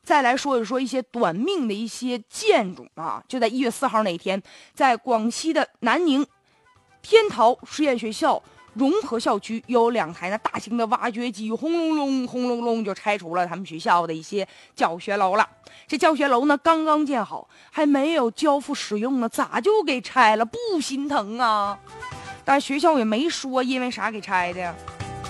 再来说一说一些短命的一些建筑啊，就在1月4号那天，在广西的南宁天陶实验学校融合校区有2台呢大型的挖掘机，轰隆隆轰隆隆就拆除了他们学校的一些教学楼了。这教学楼呢刚刚建好，还没有交付使用呢，咋就给拆了？不心疼啊？但学校也没说因为啥给拆的呀。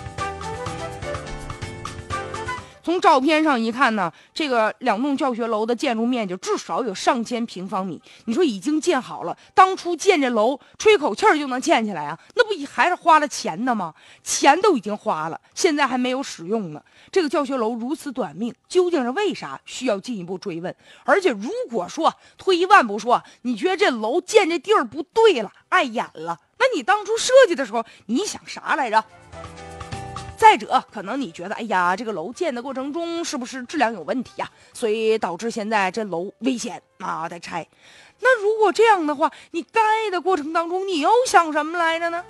从照片上一看呢，这个2栋教学楼的建筑面积至少有上千平方米。你说已经建好了，当初建这楼吹口气就能建起来啊？那不还是花了钱的吗？钱都已经花了，现在还没有使用呢。这个教学楼如此短命，究竟是为啥？需要进一步追问。而且如果说退一万步说，你觉得这楼建这地儿不对了，碍眼了，那你当初设计的时候你想啥来着？再者，可能你觉得，哎呀，这个楼建的过程中是不是质量有问题呀？所以导致现在这楼危险啊，得拆。那如果这样的话，你盖的过程当中，你又想什么来着呢？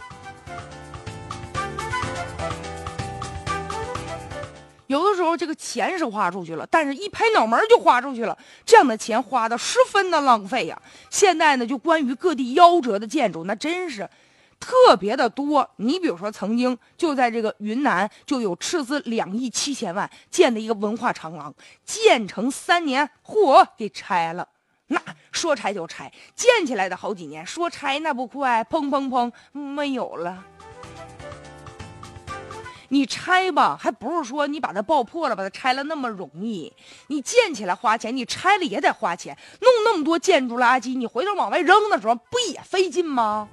有的时候这个钱是花出去了，但是一拍脑门就花出去了，这样的钱花的十分的浪费呀。现在呢，就关于各地夭折的建筑，那真是特别的多。你比如说，曾经就在这个云南，就有斥资2亿7千万建的一个文化长廊，建成3年，给拆了。那说拆就拆，建起来的好几年，说拆那不快，砰砰砰，没有了。你拆吧，还不是说你把它爆破了，把它拆了那么容易？你建起来花钱，你拆了也得花钱，弄那么多建筑垃圾，你回头往外扔的时候，不也费劲吗？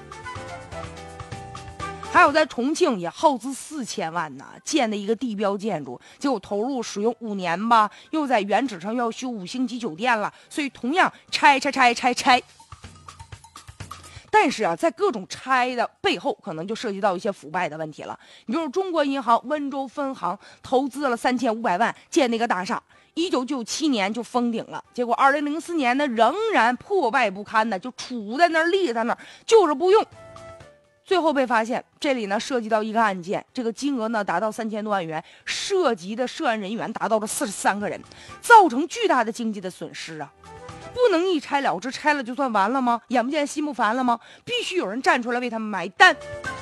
还有在重庆也耗资4千万呢，建的一个地标建筑，结果投入使用5年吧，又在原址上要修5星级酒店了，所以同样拆。但是啊，在各种拆的背后，可能就涉及到一些腐败的问题了。你就是中国银行温州分行投资了3500万建那个大厦，1997年就封顶了，结果2004年呢仍然破败不堪的，就杵在那儿立在那儿，就是不用。最后被发现，这里呢涉及到一个案件，这个金额呢达到3000多万元，涉及的涉案人员达到了43个人，造成巨大的经济的损失啊！不能一拆了之，拆了就算完了吗？眼不见心不烦了吗？必须有人站出来为他们买单。